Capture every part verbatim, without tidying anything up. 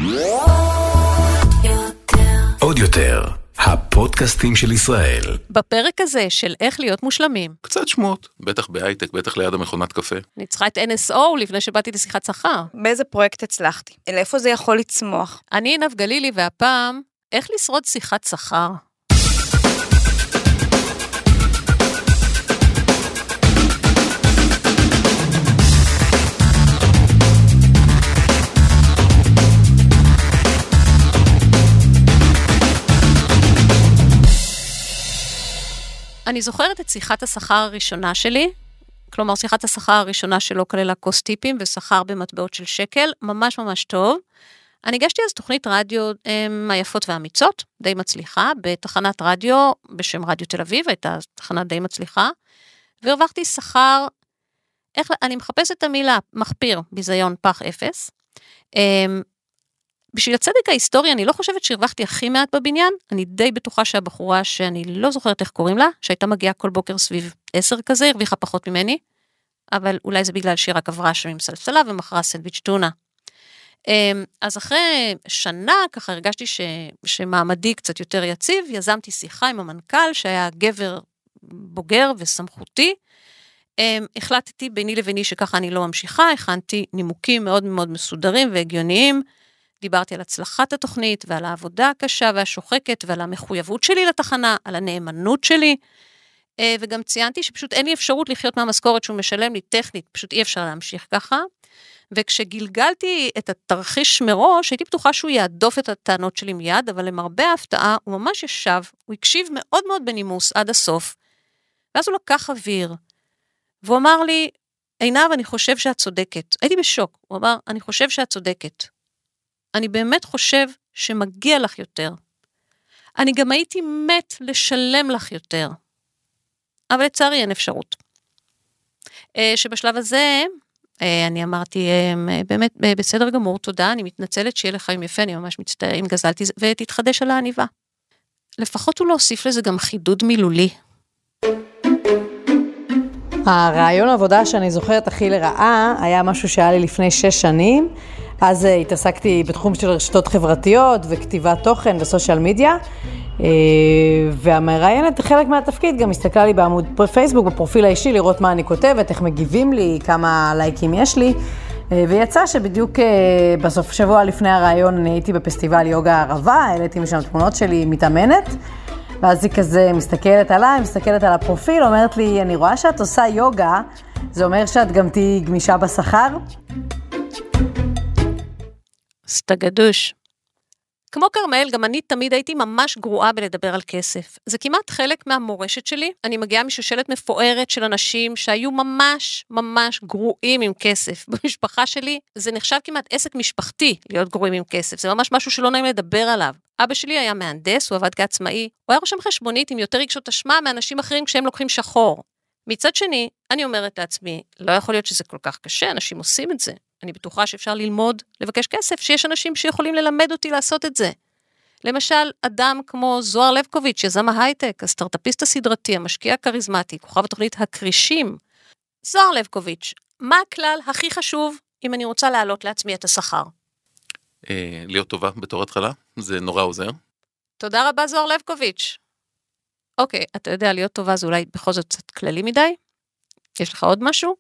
עוד יותר, הפודקאסטים של ישראל. בפרק הזה של איך להיות מושלמים. קצת שמות, בטח בהייטק, בטח ליד המכונת קפה. אני צריכה את אן אס או לפני שבאתי לשיחת שכר. באיזה פרויקט הצלחתי? לאיפה זה יכול לצמוח? אני עינב גלילי, והפעם, איך לשרוד שיחת שכר. אני זוכרת את שיחת השכר הראשונה שלי, כלומר שיחת השכר הראשונה שלא כללה כוס טיפים ושכר במטבעות של שקל, ממש ממש טוב. אני הגשתי אז תוכנית רדיו היפות והאמיצות, די מצליחה, בתחנת רדיו בשם רדיו תל אביב, הייתה תחנה די מצליחה, והרווחתי שכר, איך, אני מחפשת את המילה, מחפיר, ביזיון, פח אפס. בשביל הצדק ההיסטורי, אני לא חושבת שהרווחתי הכי מעט בבניין, אני די בטוחה שהבחורה שאני לא זוכרת איך קוראים לה, שהייתה מגיעה כל בוקר סביב עשר כזה, הרוויחה פחות ממני, אבל אולי זה בגלל שהיא רק עברה שם עם סלסלה ומחרה סנדוויץ' טונה. אז אחרי שנה, ככה הרגשתי ש, שמעמדי קצת יותר יציב, יזמתי שיחה עם המנכ"ל, שהיה גבר בוגר וסמכותי, החלטתי ביני לביני שככה אני לא ממשיכה, הכנתי נימוקים מאוד מאוד מסודרים והגיוניים, דיברתי על הצלחת התוכנית ועל העבודה הקשה והשוחקת ועל המחויבות שלי לתחנה, על הנאמנות שלי, וגם ציינתי שפשוט אין לי אפשרות לחיות מהמשכורת שהוא משלם לי טכנית, פשוט אי אפשר להמשיך ככה, וכשגלגלתי את התרחיש מראש, הייתי בטוחה שהוא יעדוף את הטענות שלי מיד, אבל למרבה ההפתעה, הוא ממש ישב, הוא הקשיב מאוד מאוד בנימוס עד הסוף, ואז הוא לקח אוויר, והוא אמר לי, עינב, אני חושב שאת צודקת. הייתי בשוק, הוא אמר, אני חושב שאת צודקת. אני באמת חושב שמגיע לך יותר. אני גם הייתי מת לשלם לך יותר. אבל לצערי אין אפשרות. שבשלב הזה, אני אמרתי, באמת, בסדר גמור, תודה, אני מתנצלת שיהיה לך עם יפה, אני ממש מצטער אם גזלתי, ותתחדש על העניבה. לפחות הוא לא הוסיף לזה גם חידוד מילולי. הרעיון העבודה שאני זוכרת הכי לרעה, היה משהו שהיה לי לפני שש שנים, אז התעסקתי בתחום של רשתות חברתיות וכתיבת תוכן וסושיאל מדיה, והמראיינת חלק מהתפקיד גם הסתכלה לי בעמוד פייסבוק, בפרופיל האישי, לראות מה אני כותבת, איך מגיבים לי, כמה לייקים יש לי, ויצא שבדיוק בסוף שבוע לפני הרעיון אני הייתי בפסטיבל יוגה ערבה, העליתי משם תמונות שלי מתאמנת, ואז היא כזה מסתכלת עליי, מסתכלת על הפרופיל, אומרת לי, אני רואה שאת עושה יוגה, זה אומר שאת גם תהיי גמישה בשכר? סתגדוש. כמו קרמל, גם אני תמיד הייתי ממש גרועה בלדבר על כסף. זה כמעט חלק מהמורשת שלי. אני מגיעה משושלת מפוארת של אנשים שהיו ממש ממש גרועים עם כסף. במשפחה שלי זה נחשב כמעט עסק משפחתי להיות גרועים עם כסף. זה ממש משהו שלא נעים לדבר עליו. אבא שלי היה מהנדס, הוא עבד כעצמאי. הוא היה רושם חשבונית עם יותר רגשות אשמה מאנשים אחרים כשהם לוקחים שחור. מצד שני, אני אומרת לעצמי, לא יכול להיות שזה כל כך קשה, אנשים עושים את זה. אני בטוחה שאפשר ללמוד, לבקש כסף, שיש אנשים שיכולים ללמד אותי לעשות את זה. למשל, אדם כמו זוהר לבקוביץ', יזם ההייטק, הסטארט-אפיסט הסדרתי, המשקיע הקריזמטי, כוכב התוכנית הקרישים. זוהר לבקוביץ', מה הכלל הכי חשוב אם אני רוצה להעלות לעצמי את השכר? אה, להיות טובה בתור התחלה, זה נורא עוזר. תודה רבה זוהר לבקוביץ'. אוקיי, אתה יודע, להיות טובה זה אולי בכל זאת קצת כללי מדי? יש לך עוד משהו?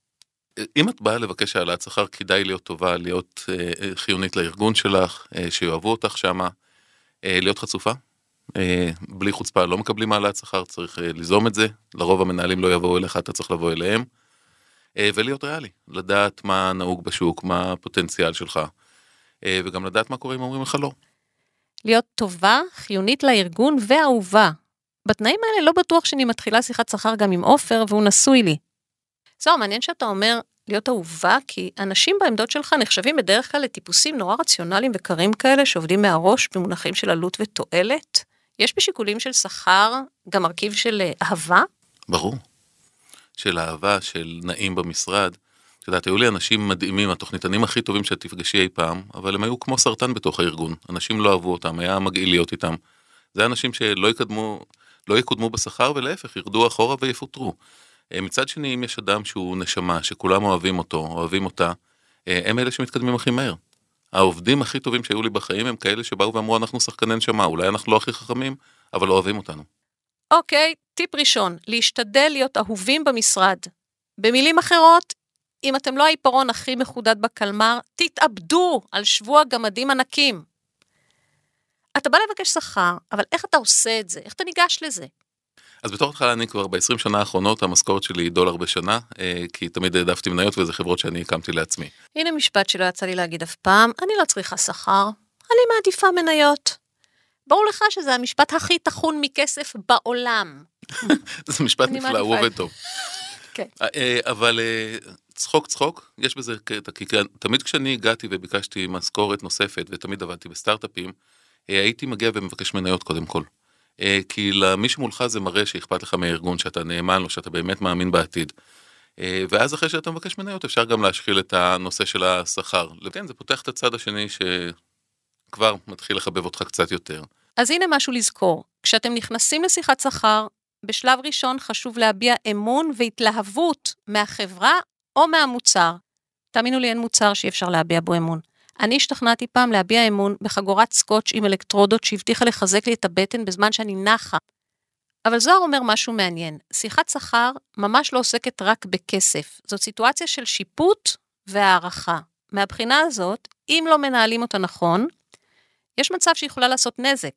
אם את באה לבקש העלאת שכר, כדאי להיות טובה, להיות אה, חיונית לארגון שלך, אה, שיאהבו אותך שמה, אה, להיות חצופה. אה, בלי חוצפה לא מקבלים העלאת שכר, צריך אה, ליזום את זה. לרוב המנהלים לא יבואו אליך, אתה צריך לבוא אליהם. אה, ולהיות ריאלי, לדעת מה נהוג בשוק, מה הפוטנציאל שלך, אה, וגם לדעת מה קורה אם אומרים לך לא. להיות טובה, חיונית לארגון ואהובה. בתנאים האלה לא בטוח שאני מתחילה שיחת שכר גם עם אופר, והוא נשוי לי. זהו, מעניין שאתה אומר להיות אהובה, כי אנשים בעמדות שלך נחשבים בדרך כלל לטיפוסים נורא רציונליים וקרים כאלה, שעובדים מהראש במונחים של עלות ותועלת. יש בשיקולים של שכר גם מרכיב של אהבה? ברור. של אהבה, של נעים במשרד. את יודעת, היו לי אנשים מדהימים, התוכניתנים הכי טובים שתפגשי אי פעם, אבל הם היו כמו סרטן בתוך הארגון. אנשים לא אהבו אותם, היה מגעיל להיות איתם. זה אנשים שלא יקדמו, לא יקודמו בשכר, ולהפך, ירדו אחורה ויפוטרו. מצד שני, אם יש אדם שהוא נשמה, שכולם אוהבים אותו, אוהבים אותה, הם אלה שמתקדמים הכי מהר. העובדים הכי טובים שהיו לי בחיים הם כאלה שבאו ואמרו, אנחנו שחקני נשמה, אולי אנחנו לא הכי חכמים, אבל לא אוהבים אותנו. אוקיי, טיפ ראשון, להשתדל להיות אהובים במשרד. במילים אחרות, אם אתם לא העיפרון הכי מחודד בקלמר, תתאבדו על שבוע גמדים ענקים. אתה בא לבקש שכר, אבל איך אתה עושה את זה? איך אתה ניגש לזה? אז בתור התחלה אני כבר ב-עשרים שנה האחרונות, המשכורת שלי היא דולר בשנה, כי תמיד העדפתי מניות וזה חברות שאני הקמתי לעצמי. הנה משפט שלא יצא לי להגיד אף פעם, אני לא צריכה שכר, אני מעדיפה מניות. ברור לך שזה המשפט הכי תחון מכסף בעולם. זה משפט נפלא, הוא עובד טוב. כן. אבל צחוק צחוק, יש בזה קטע, כי תמיד כשאני הגעתי וביקשתי משכורת נוספת, ותמיד עבדתי בסטארט-אפים, הייתי מגיע ומבקש מניות קודם כל. כי למי שמולך זה מראה שאכפת לך מהארגון, שאתה נאמן לו, שאתה באמת מאמין בעתיד. ואז אחרי שאתה מבקש מניות, אפשר גם להשחיל את הנושא של השכר. כן, זה פותח את הצד השני שכבר מתחיל לחבב אותך קצת יותר. אז הנה משהו לזכור. כשאתם נכנסים לשיחת שכר, בשלב ראשון חשוב להביע אמון והתלהבות מהחברה או מהמוצר. תאמינו לי, אין מוצר שאי אפשר להביע בו אמון. אני השתכנעתי פעם להביע אמון בחגורת סקוץ' עם אלקטרודות שהבטיחה לחזק לי את הבטן בזמן שאני נחה. אבל זוהר אומר משהו מעניין. שיחת שכר ממש לא עוסקת רק בכסף. זאת סיטואציה של שיפוט והערכה. מהבחינה הזאת, אם לא מנהלים אותה נכון, יש מצב שיכולה לעשות נזק.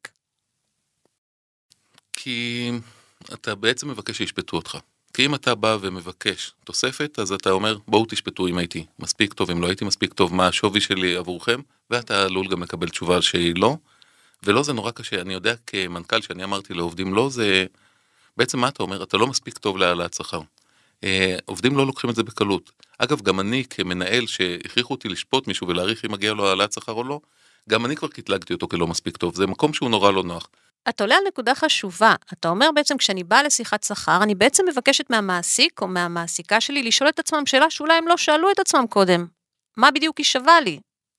כי אתה בעצם מבקש שישפטו אותך. כי אם אתה בא ומבקש תוספת, אז אתה אומר, בואו תשפטו אם הייתי מספיק טוב, אם לא הייתי מספיק טוב, מה השווי שלי עבורכם, ואתה עלול גם לקבל תשובה שהיא לא, ולא זה נורא קשה. אני יודע כמנכ"ל שאני אמרתי לעובדים, לא זה, בעצם מה אתה אומר? אתה לא מספיק טוב להעלאת שכר. עובדים לא לוקחים את זה בקלות. אגב, גם אני כמנהל שהכריחו אותי לשפוט מישהו ולהעריך אם מגיע לו העלאת שכר או לא, גם אני כבר קטלגתי אותו כלא מספיק טוב. זה מקום שהוא נורא לא נוח. אתה עולה על נקודה חשובה. אתה אומר בעצם, כשאני באה לשיחת שכר, אני בעצם מבקשת מהמעסיק או מהמעסיקה שלי לשאול את עצמם שאלה שאולי הם לא שאלו את עצמם קודם. מה בדיוק היא שווה לי?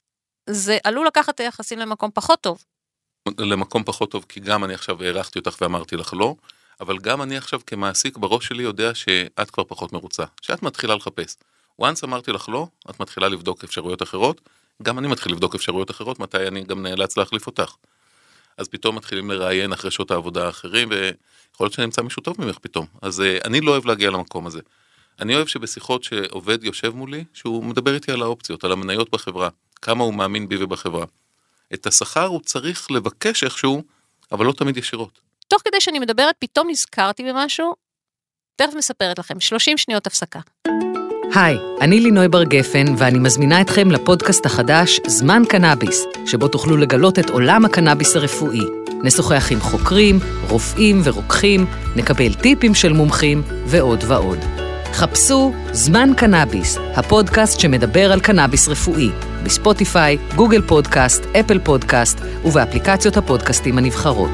זה עלול לקחת היחסים למקום פחות טוב. למקום פחות טוב, כי גם אני עכשיו הערכתי אותך ואמרתי לך לא, אבל גם אני עכשיו כמעסיק בראש שלי יודע שאת כבר פחות מרוצה, שאת מתחילה לחפש. once אמרתי לך לא, את מתחילה לבדוק אפשרויות אחרות, גם אני מתחיל לבדוק אפשרויות אחרות, מתי אני גם נאלץ להחליף אותך. אז פתאום מתחילים לראיין אחרי שעות העבודה האחרים, ויכול להיות שנמצא מישהו טוב ממך פתאום. אז אני לא אוהב להגיע למקום הזה. אני אוהב שבשיחות שעובד יושב מולי, שהוא מדבר איתי על האופציות, על המניות בחברה, כמה הוא מאמין בי ובחברה. את השכר הוא צריך לבקש איכשהו, אבל לא תמיד ישירות. תוך כדי שאני מדברת, פתאום נזכרתי במשהו, תכף מספרת לכם, שלושים שניות הפסקה. היי, אני לינוי בר גפן, ואני מזמינה אתכם לפודקאסט החדש זמן קנאביס, שבו תוכלו לגלות את עולם הקנאביס הרפואי. נשוחח עם חוקרים, רופאים ורוקחים, נקבל טיפים של מומחים ועוד ועוד. חפשו זמן קנאביס, הפודקאסט שמדבר על קנאביס רפואי, בספוטיפיי, גוגל פודקאסט, אפל פודקאסט ובאפליקציות הפודקאסטים הנבחרות.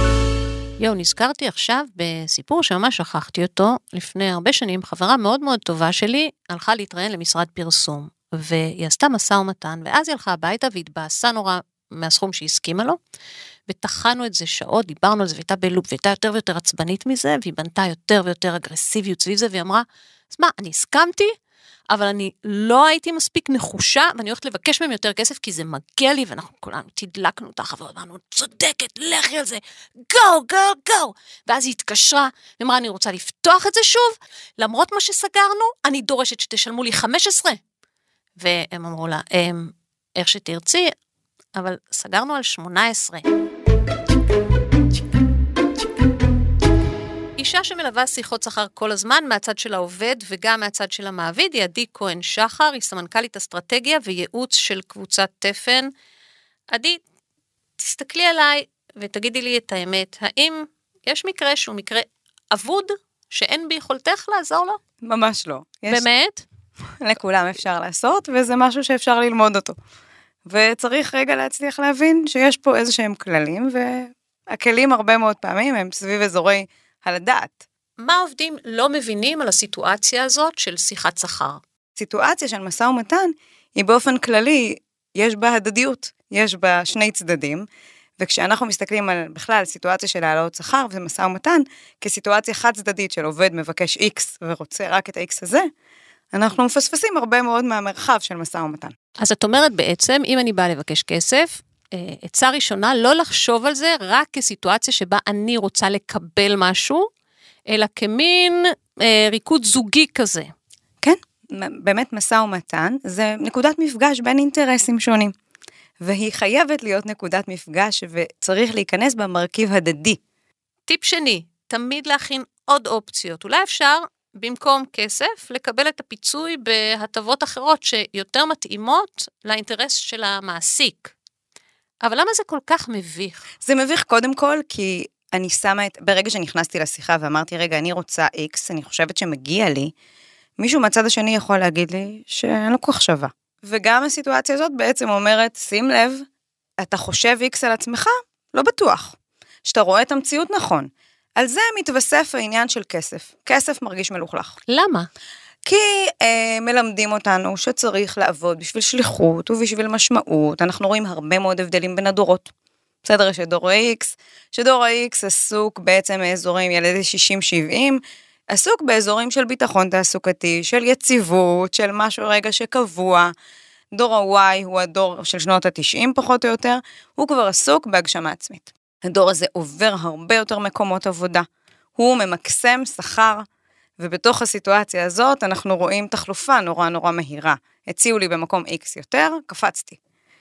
יו, נזכרתי עכשיו בסיפור שממש שכחתי אותו. לפני הרבה שנים חברה מאוד מאוד טובה שלי הלכה להתראיין למשרד פרסום, והיא עשתה מסע ומתן, ואז היא הלכה הביתה והתבאסה נורא מהסכום שהיא הסכימה לו, ותחנו את זה שעות, דיברנו על זה, והייתה בלופ, והייתה יותר ויותר עצבנית מזה, והיא בנתה יותר ויותר אגרסיביות סביב זה, והיא אמרה, אז מה, אני הסכמתי, אבל אני לא הייתי מספיק נחושה, ואני הולכת לבקש מהם יותר כסף, כי זה מגיע לי, ואנחנו כולנו תדלקנו אותך, ואמרנו, צודקת, לכי על זה, גו, גו, גו. ואז היא התקשרה, ואמרה, אני רוצה לפתוח את זה שוב, למרות מה שסגרנו, אני דורשת שתשלמו לי חמש עשרה. והם אמרו לה, איך שתרצי, אבל סגרנו על שמונה עשרה. אישה שמלווה שיחות שכר כל הזמן, מהצד של העובד וגם מהצד של המעביד, היא עדי כהן שחר, היא סמנכ"לית אסטרטגיה וייעוץ של קבוצת תפן. עדי, תסתכלי עליי ותגידי לי את האמת, האם יש מקרה שהוא מקרה אבוד, שאין ביכולתך לעזור לו? ממש לא. יש... באמת? לכולם אפשר לעשות, וזה משהו שאפשר ללמוד אותו. וצריך רגע להצליח להבין שיש פה איזה שהם כללים, והכלים הרבה מאוד פעמים הם סביב אזורי הלדעת. מה עובדים לא מבינים על הסיטואציה הזאת של שיחת שכר? סיטואציה של משא ומתן היא באופן כללי, יש בה הדדיות, יש בה שני צדדים, וכשאנחנו מסתכלים על בכלל סיטואציה של העלאות שכר ומשא ומתן, כסיטואציה חד צדדית של עובד מבקש X ורוצה רק את ה-X הזה, אנחנו מפספסים הרבה מאוד מהמרחב של משא ומתן. אז את אומרת בעצם, אם אני באה לבקש כסף, עצה ראשונה, לא לחשוב על זה רק כסיטואציה שבה אני רוצה לקבל משהו, אלא כמין אה, ריקוד זוגי כזה. כן, באמת משא ומתן, זה נקודת מפגש בין אינטרסים שונים. והיא חייבת להיות נקודת מפגש, וצריך להיכנס במרכיב הדדי. טיפ שני, תמיד להכין עוד אופציות. אולי אפשר, במקום כסף, לקבל את הפיצוי בהטבות אחרות, שיותר מתאימות לאינטרס של המעסיק. אבל למה זה כל כך מביך? זה מביך קודם כל, כי אני שמה את, ברגע שנכנסתי לשיחה ואמרתי, רגע, אני רוצה X, אני חושבת שמגיע לי, מישהו מהצד השני יכול להגיד לי שאין לו כוח שווה. וגם הסיטואציה הזאת בעצם אומרת, שים לב, אתה חושב X על עצמך? לא בטוח. שאתה רואה את המציאות נכון. על זה מתווסף העניין של כסף. כסף מרגיש מלוכלך. למה? כי אה, מלמדים אותנו שצריך לעבוד בשביל שליחות ובשביל משמעות. אנחנו רואים הרבה מאוד הבדלים בין הדורות. בסדר, שדור ה-X, שדור ה-X עסוק בעצם מאזורים ילדי שישים שבעים, עסוק באזורים של ביטחון תעסוקתי, של יציבות, של משהו רגע שקבוע. דור ה-Y הוא הדור של שנות ה-תשעים פחות או יותר, הוא כבר עסוק בהגשמה עצמית. הדור הזה עובר הרבה יותר מקומות עבודה. הוא ממקסם שכר, ובתוך הסיטואציה הזאת אנחנו רואים תחלופה נורא נורא מהירה. הציעו לי במקום X יותר, קפצתי.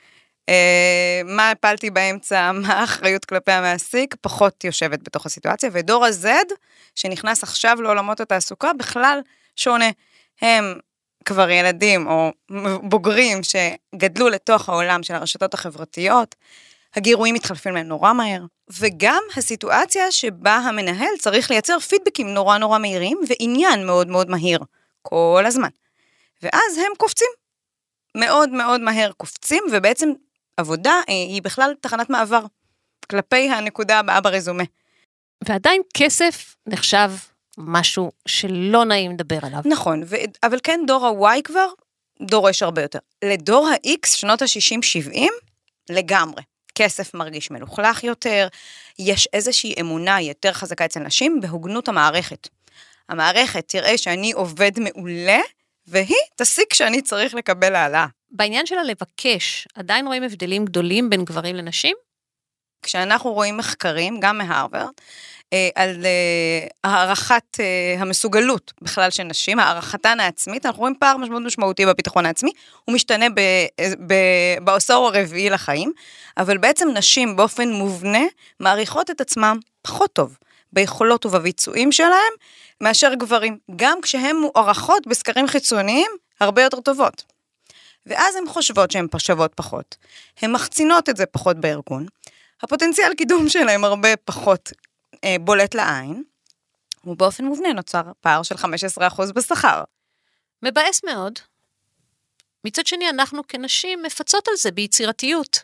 מה הפלתי באמצע, מה האחריות כלפי המעסיק, פחות יושבת בתוך הסיטואציה, ודור ה-Z, שנכנס עכשיו לעולמות התעסוקה, בכלל שונה. הם כבר ילדים או בוגרים שגדלו לתוך העולם של הרשתות החברתיות, הגירויים מתחלפים להם נורא מהר, וגם הסיטואציה שבה המנהל צריך לייצר פידבקים נורא נורא מהירים, ועניין מאוד מאוד מהיר, כל הזמן. ואז הם קופצים, מאוד מאוד מהר קופצים, ובעצם עבודה היא בכלל תחנת מעבר, כלפי הנקודה הבאה ברזומה. ועדיין כסף נחשב משהו שלא נעים לדבר עליו. נכון, ו- אבל כן דור ה-Y כבר דורש הרבה יותר. לדור ה-X, שנות ה-שישים שבעים, לגמרי. כסף מרגיש מלוכלך יותר, יש איזושהי אמונה יותר חזקה אצל נשים בהוגנות המערכת. המערכת תראה שאני עובד מעולה, והיא תסיק שאני צריך לקבל העלאה. בעניין שלה לבקש, עדיין רואים הבדלים גדולים בין גברים לנשים? כשאנחנו רואים מחקרים, גם מהרווארד, על הערכת המסוגלות בכלל של נשים, הערכתן העצמית, אנחנו רואים פער משמעות משמעותי בביטחון העצמי, הוא משתנה בעשור הרביעי לחיים, אבל בעצם נשים באופן מובנה מעריכות את עצמם פחות טוב, ביכולות ובביצועים שלהם, מאשר גברים, גם כשהן מוערכות בסקרים חיצוניים הרבה יותר טובות. ואז הן חושבות שהן שוות פחות, הן מחצינות את זה פחות בארגון, הפוטנציאל קידום שלהם הרבה פחות אה, בולט לעין, ובאופן מובנה נוצר פער של חמישה עשר אחוז בשכר. מבאס מאוד. מצד שני, אנחנו כנשים מפצות על זה ביצירתיות.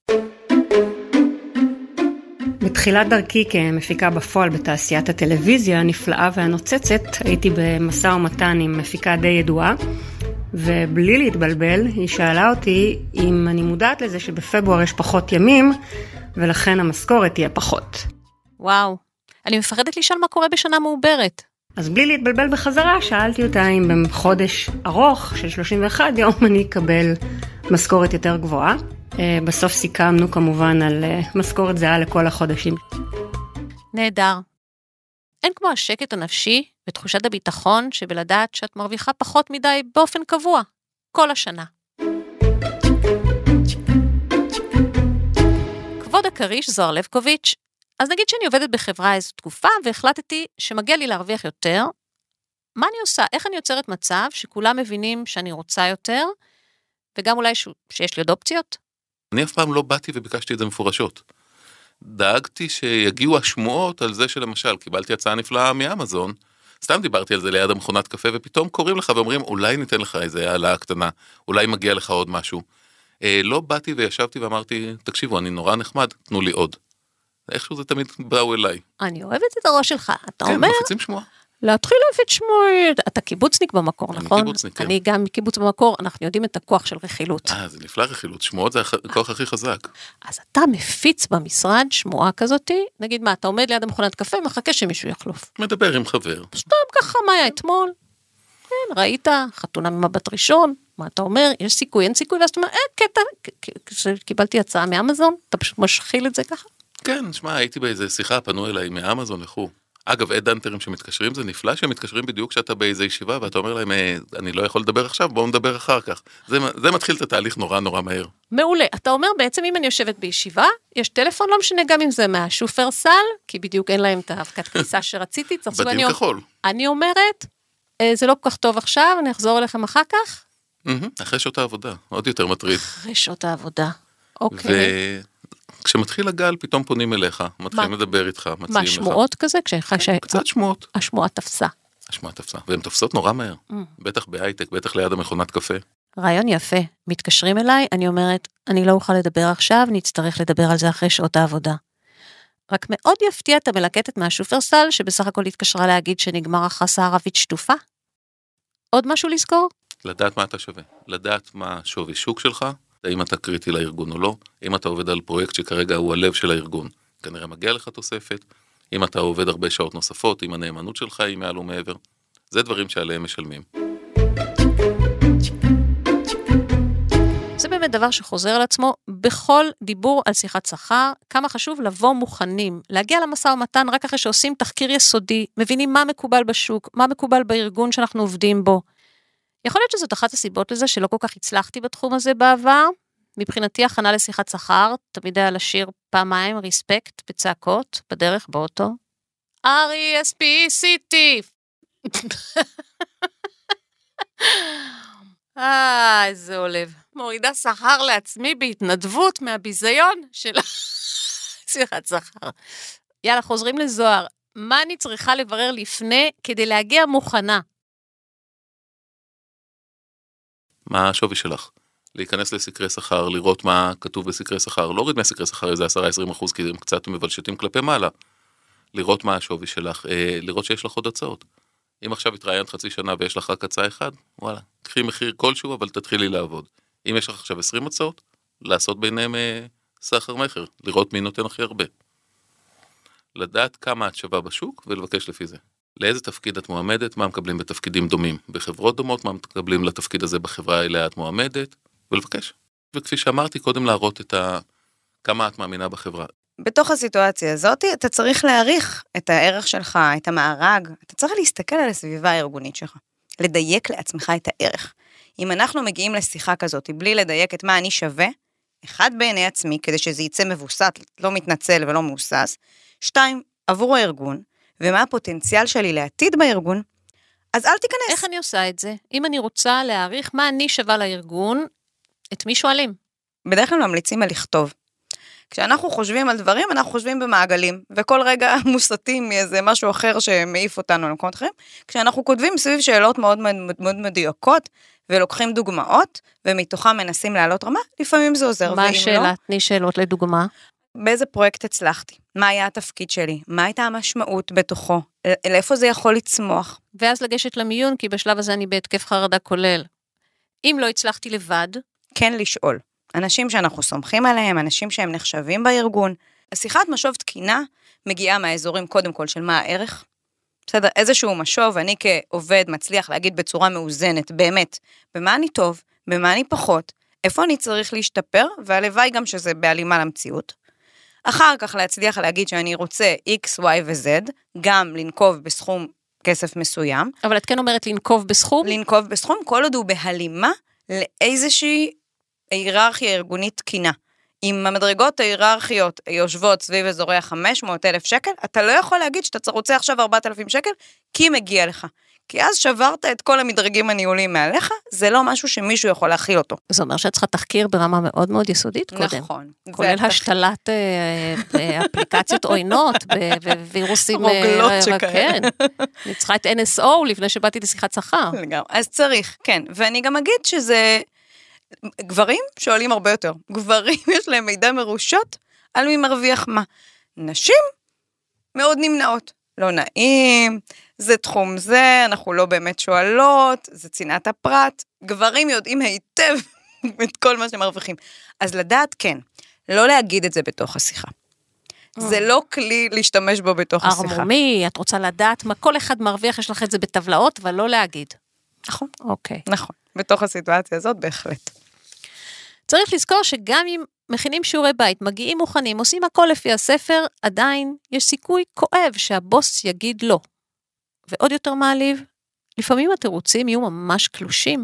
בתחילת דרכי כמפיקה בפועל בתעשיית הטלוויזיה הנפלאה והנוצצת, הייתי במשא ומתן עם מפיקה די ידועה, ובלי להתבלבל, היא שאלה אותי אם אני מודעת לזה שבפברואר יש פחות ימים, ולכן המשכורת תהיה פחות. וואו, אני מפחדת לשאול מה קורה בשנה מעוברת. אז בלי להתבלבל בחזרה, שאלתי אותה אם בחודש ארוך של שלושים ואחד יום אני אקבל משכורת יותר גבוהה. בסוף סיכמנו כמובן על משכורת זהה לכל החודשים. נהדר. אין כמו השקט הנפשי ותחושת הביטחון שבלדעת שאת מרוויחה פחות מדי באופן קבוע, כל השנה. כבוד הקריש זוהר לבקוביץ', אז נגיד שאני עובדת בחברה איזו תקופה והחלטתי שמגיע לי להרוויח יותר, מה אני עושה? איך אני יוצרת מצב שכולם מבינים שאני רוצה יותר, וגם אולי ש... שיש לי עוד אופציות? אני אף פעם לא באתי וביקשתי את זה מפורשות. דאגתי שיגיעו השמועות על זה שלמשל, קיבלתי הצעה נפלאה מאמזון, סתם דיברתי על זה ליד המכונת קפה, ופתאום קוראים לך ואומרים, אולי ניתן לך איזה העלאה קטנה, אולי מגיע לך עוד משהו. אה, לא באתי וישבתי ואמרתי, תקשיבו, אני נורא נחמד, תנו לי עוד. איכשהו זה תמיד באו אליי. אני אוהבת את הראש שלך, אתה כן, אומר... כן, מפיצים שמועה. להתחיל להפיץ שמועות, אתה קיבוצניק במקור, אני נכון? קיבוצניק, כן. אני גם מקיבוץ במקור, אנחנו יודעים את הכוח של רכילות. אה, זה נפלא רכילות, שמועות זה הכוח הכי חזק. אז אתה מפיץ במשרד שמועה כזאת, נגיד מה, אתה עומד ליד המכונת קפה, מחכה שמישהו יחלוף. מדבר עם חבר. סתם ככה, מה היה אתמול? כן, ראית, חתונה ממבט ראשון, מה אתה אומר, יש סיכוי, אין סיכוי, ואז אתה אומר, אה, קטע, קיבלתי הצעה מאמזון, אתה פשוט משחיל את זה ככה. כן, שמע, הייתי באיזה שיחה, פנו אליי מאמזון וכו'. אגב, אדאנטרים שמתקשרים, זה נפלא שהם מתקשרים בדיוק כשאתה באיזה ישיבה, ואתה אומר להם, אני לא יכול לדבר עכשיו, בואו נדבר אחר כך. זה, זה מתחיל את התהליך נורא נורא מהר. מעולה. אתה אומר, בעצם אם אני יושבת בישיבה, יש טלפון, לא משנה גם אם זה מהשופרסל, כי בדיוק אין להם את האבקת כניסה שרציתי. בתים כחול. אני אומרת, זה לא כל כך טוב עכשיו, אני אחזור אליכם אחר כך. אחרי שעות העבודה, עוד יותר מטריד. אחרי שעות העבודה, אוקיי. כשמתחיל הגל, פתאום פונים אליך, מתחילים לדבר איתך, מציעים לך. מה, שמועות כזה? קצת שמועות. השמועה תפסה. השמועה תפסה, והן תופסות נורא מהר. בטח בהייטק, בטח ליד המכונת קפה. רעיון יפה. מתקשרים אליי, אני אומרת, אני לא אוכל לדבר עכשיו, נצטרך לדבר על זה אחרי שעות העבודה. רק מאוד יפתיע את המלקטת מהשופרסל, שבסך הכל התקשרה להגיד שנגמר החסה ערבית שטופה. עוד משהו לזכור? לדעת מה אתה שווה. לדעת מה שווי שוק שלך, האם אתה קריטי לארגון או לא, אם אתה עובד על פרויקט שכרגע הוא הלב של הארגון, כנראה מגיע לך תוספת, אם אתה עובד הרבה שעות נוספות, אם הנאמנות שלך היא מעל ומעבר, זה דברים שעליהם משלמים. זה באמת דבר שחוזר על עצמו בכל דיבור על שיחת שכר, כמה חשוב לבוא מוכנים, להגיע למשא ומתן רק אחרי שעושים תחקיר יסודי, מבינים מה מקובל בשוק, מה מקובל בארגון שאנחנו עובדים בו. יכול להיות שזאת אחת הסיבות לזה שלא כל כך הצלחתי בתחום הזה בעבר. מבחינתי הכנה לשיחת שכר, תמיד היה לשיר פעמיים ריספקט בצעקות, בדרך באוטו. אר אי אס פי סי טי. אה, איזה עולב. מורידה שכר לעצמי בהתנדבות מהביזיון של שיחת שכר. יאללה, חוזרים לזוהר. מה אני צריכה לברר לפני כדי להגיע מוכנה? מה השווי שלך? להיכנס לסקרי שכר, לראות מה כתוב בסקרי שכר, לא ריד מהסקרי שכר איזה עשרה עשרים אחוז, כי הם קצת מבלשתים כלפי מעלה. לראות מה השווי שלך, אה, לראות שיש לך עוד הצעות. אם עכשיו התראיינת חצי שנה ויש לך רק הצעה אחד, וואלה, קחי מחיר כלשהו, אבל תתחילי לעבוד. אם יש לך עכשיו עשרים הצעות, לעשות ביניהם אה, סחר מחר, לראות מי נותן הכי הרבה. לדעת כמה את שווה בשוק ולבקש לפי זה. לאיזה תפקיד את מועמדת, מה מקבלים בתפקידים דומים, בחברות דומות, מה מקבלים לתפקיד הזה בחברה אליה את מועמדת, ולבקש. וכפי שאמרתי, קודם להראות את ה... כמה את מאמינה בחברה. בתוך הסיטואציה הזאת, אתה צריך להעריך את הערך שלך, את המארג, אתה צריך להסתכל על הסביבה הארגונית שלך, לדייק לעצמך את הערך. אם אנחנו מגיעים לשיחה כזאת, בלי לדייק את מה אני שווה, אחד בעיני עצמי, כדי שזה יצא מבוסס, לא מתנצל ולא מבוסס, שתיים, עבור הארגון, ומה הפוטנציאל שלי לעתיד בארגון, אז אל תיכנס. איך אני עושה את זה? אם אני רוצה להעריך מה אני שווה לארגון, את מי שואלים? בדרך כלל ממליצים על לכתוב. כשאנחנו חושבים על דברים, אנחנו חושבים במעגלים, וכל רגע מוסתים מאיזה משהו אחר שמעיף אותנו למקומות אחרים. כשאנחנו כותבים סביב שאלות מאוד מאוד, מאוד מדויקות, ולוקחים דוגמאות, ומתוכם מנסים לעלות רמה, לפעמים זה עוזר. מה השאלה? תני שאלות לדוגמה. באיזה פרויקט הצלחתי? מה היה התפקיד שלי? מה הייתה המשמעות בתוכו? לאיפה זה יכול לצמוח? ואז לגשת למיון, כי בשלב הזה אני בהתקף חרדה כולל. אם לא הצלחתי לבד, כן לשאול. אנשים שאנחנו סומכים עליהם, אנשים שהם נחשבים בארגון. השיחת משוב תקינה מגיעה מהאזורים קודם כל של מה הערך. בסדר, איזשהו משוב, אני כעובד מצליח להגיד בצורה מאוזנת, באמת, במה אני טוב, במה אני פחות, איפה אני צריך להשתפר, והלוואי גם שזה בהלימה למציאות. אחר כך להצליח להגיד שאני רוצה X, Y ו-Z, גם לנקוב בסכום כסף מסוים. אבל את כן אומרת לנקוב בסכום? לנקוב בסכום, כל עוד הוא בהלימה לאיזושהי היררכיה ארגונית תקינה. אם המדרגות ההיררכיות יושבות סביב אזורי ה-חמש מאות אלף שקל, אתה לא יכול להגיד שאתה רוצה עכשיו ארבעת אלפים שקל, כי מגיע לך. כי אז שברת את כל המדרגים הניהוליים מעליך, זה לא משהו שמישהו יכול להכיל אותו. זה אומר שאת צריכה תחקיר ברמה מאוד מאוד יסודית קודם. נכון. כולל השתלת אפליקציות עוינות, ווירוסים... רוגלות שכאלה. כן. אני צריכה את אן אס או לפני שבאתי לשיחת שכר. אז צריך, כן. ואני גם אגיד שזה... גברים שואלים הרבה יותר. גברים יש להם מידע מרושות על מי מרוויח מה. נשים מאוד נמנעות. לא נעים, זה תחום זה, אנחנו לא באמת שואלות, זה צנעת הפרט. גברים יודעים היטב את כל מה שהם מרוויחים. אז לדעת כן, לא להגיד את זה בתוך השיחה. זה לא כלי להשתמש בו בתוך השיחה. הרמומי, את רוצה לדעת מה כל אחד מרוויח, יש לך את זה בטבלאות, אבל לא להגיד. נכון, אוקיי. נכון, בתוך הסיטואציה הזאת בהחלט. צריך לזכור שגם אם מכינים שיעורי בית, מגיעים מוכנים, עושים הכל לפי הספר, עדיין יש סיכוי כואב שהבוס יגיד לא. ועוד יותר מעליב, לפעמים התירוצים יהיו ממש קלושים.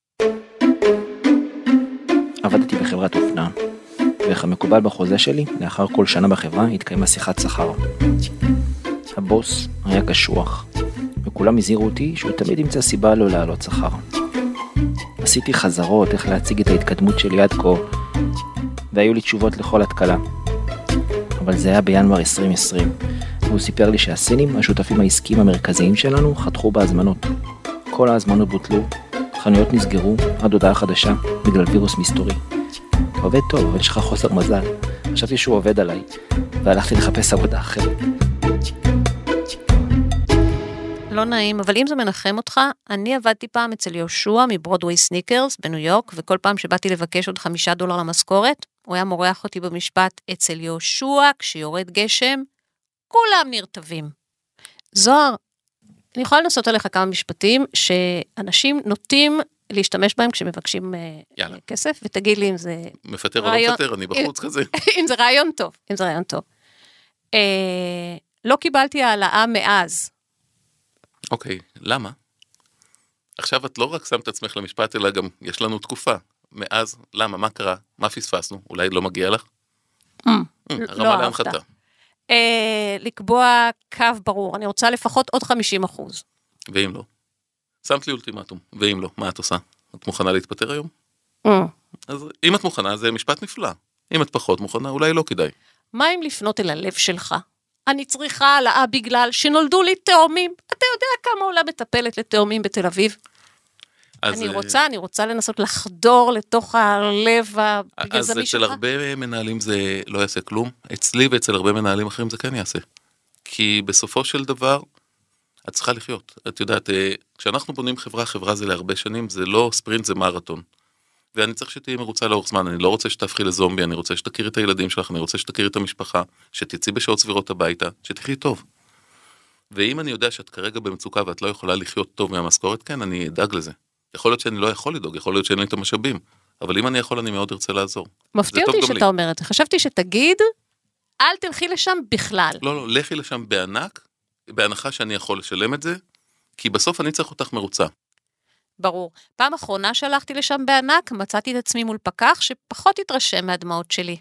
עבדתי בחברת אופנה, ואיך המקובל בחוזה שלי, לאחר כל שנה בחברה התקיימה שיחת שכר. הבוס היה קשוח, וכולם הזהירו אותי שהוא תמיד ימצא סיבה לא לעלות שכר. עשיתי חזרות איך להציג את ההתקדמות שלי עד כה, והיו לי תשובות לכל התקלה. אבל זה היה בינואר עשרים עשרים, והוא סיפר לי שהסינים, השותפים העסקיים המרכזיים שלנו, חתכו בהזמנות. כל ההזמנות בוטלו, חנויות נסגרו עד הודעה חדשה בגלל וירוס מסתורי. אתה עובד טוב, אבל יש לך חוסר מזל. חשבתי שהוא עובד עליי, והלכתי לחפש עבודה אחרת. לא נעים, אבל אם זה מנחם אותך, אני עבדתי פעם אצל יהושע מברודווי סניקרס בניו יורק, וכל פעם שבאתי לבקש עוד חמישה דולר למשכורת, הוא היה מורח אותי במשפט אצל יהושע, כשיורד גשם, כולם נרטבים. זוהר, אני יכולה לנסות עליך כמה משפטים, שאנשים נוטים להשתמש בהם כשמבקשים יאללה. כסף, ותגיד לי אם זה... מפטר רעיון... או לא מפטר, אני בחוץ כזה. אם זה רעיון טוב, אם זה רעיון טוב. אה, לא קיבלתי העלאה מאז. אוקיי, למה? עכשיו את לא רק שמת עצמך למשפט, אלא גם יש לנו תקופה. מאז, למה? מה קרה? מה פספסנו? אולי לא מגיע לך? הרמה להנחתה. לקבוע קו ברור, אני רוצה לפחות עוד חמישים אחוז. ואם לא? שמת לי אולטימטום, ואם לא, מה את עושה? את מוכנה להתפטר היום? אז אם את מוכנה, זה משפט נפלא. אם את פחות מוכנה, אולי לא כדאי. מה אם לפנות אל הלב שלך? אני צריכה העלאה בגלל שנולדו לי תאומים. אתה יודע כמה עולה מטפלת לתאומים בתל אביב? אני רוצה, אני רוצה לנסות לחדור לתוך הלב הגזמי שלך. אז אצל הרבה מנהלים זה לא יעשה כלום. אצלי ואצל הרבה מנהלים אחרים זה כן יעשה. כי בסופו של דבר, את צריכה לחיות. את יודעת, כשאנחנו בונים חברה, חברה זה להרבה שנים, זה לא ספרינט, זה מרתון. ואני צריך שתהיי מרוצה לאורך זמן, אני לא רוצה שתהפכי לזומבי, אני רוצה שתכיר את הילדים שלך, אני רוצה שתכיר את המשפחה, שתצאי בשעות סבירות הביתה, שתחי טוב. ואם אני יודע שאת כרגע במצוקה ואת לא יכולה לחיות טוב מהמשכורת, כן, אני אדאג לזה. יכול להיות שאני לא יכול לדאוג, יכול להיות שאין לי את המשאבים, אבל אם אני יכול, אני מאוד ארצה לעזור. מפתיע אותי שאתה אומר את זה. חשבתי שתגיד, אל תלכי לשם בכלל. לא, לא, לכי לשם בענק, בהנחה שאני יכול לשלם את זה, כי בסוף אני צריך אותך מרוצה. ברור. פעם אחרונה שהלכתי לשם בענק, מצאתי את עצמי מול פקח שפחות התרשם מהדמעות שלי.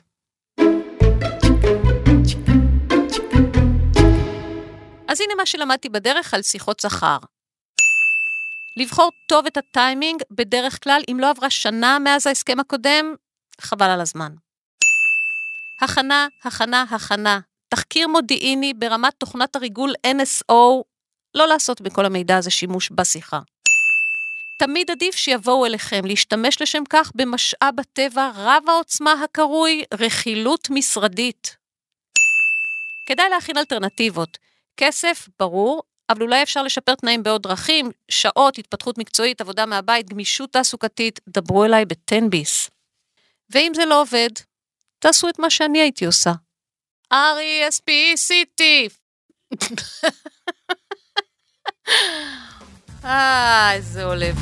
אז הנה מה שלמדתי בדרך על שיחות שכר. לבחור טוב את הטיימינג, בדרך כלל, אם לא עברה שנה מאז ההסכם הקודם, חבל על הזמן. הכנה, הכנה, הכנה. תחקיר מודיעיני ברמת תוכנת הריגול אן אס או, לא לעשות בכל המידע הזה שימוש בשיחה. תמיד עדיף שיבואו אליכם להשתמש לשם כך במשאב הטבע רב העוצמה הקרוי רכילות משרדית. כדאי להכין אלטרנטיבות. כסף, ברור, אבל אולי אפשר לשפר תנאים בעוד דרכים, שעות, התפתחות מקצועית, עבודה מהבית, גמישות תעסוקתית, דברו אליי בטן ביס. ואם זה לא עובד, תעשו את מה שאני הייתי עושה. אר אי אס פי סי טי. אה, איזה עולב.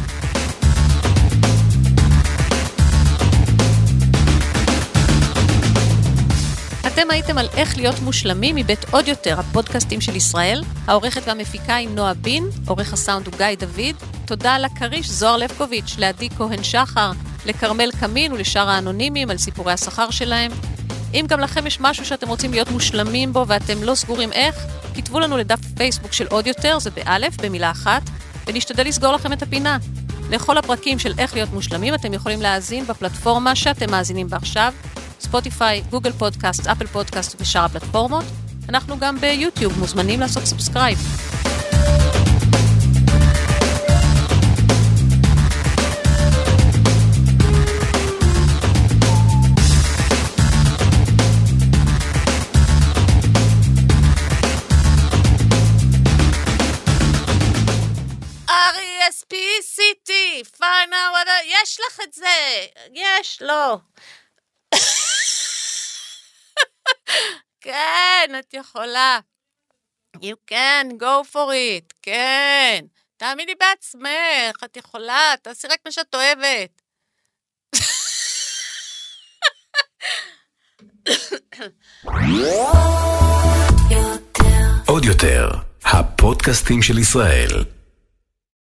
אתם הייתם על איך להיות מושלמים מבית עוד יותר, הפודקאסטים של ישראל. העורכת והמפיקה עם נועה בין, עורך הסאונד הוא גיא דוד. תודה לקריש זוהר לבקוביץ', לעדי כהן שחר, לקרמל קמין ולשאר האנונימים על סיפורי השכר שלהם. אם גם לכם יש משהו שאתם רוצים להיות מושלמים בו ואתם לא סגורים איך, כתבו לנו לדף פייסבוק של עוד יותר, זה באלף, במילה אחת, ונשתדל לסגור לכם את הפינה. לכל הפרקים של איך להיות מושלמים אתם יכולים להאזין בפלטפורמה שאתם מאזינים בה עכשיו, ספוטיפיי, גוגל פודקאסט, אפל פודקאסט ושאר הפלטפורמות. אנחנו גם ביוטיוב מוזמנים לעשות סאבסקרייב. אר אי אס פי סי טי, find out what I... יש לך את זה, יש, לא. כן, את יכולה. You can, go for it, כן. תאמיני בעצמך, את יכולה, תעשי רק מה שאת אוהבת. עוד יותר, הפודקאסטים של ישראל.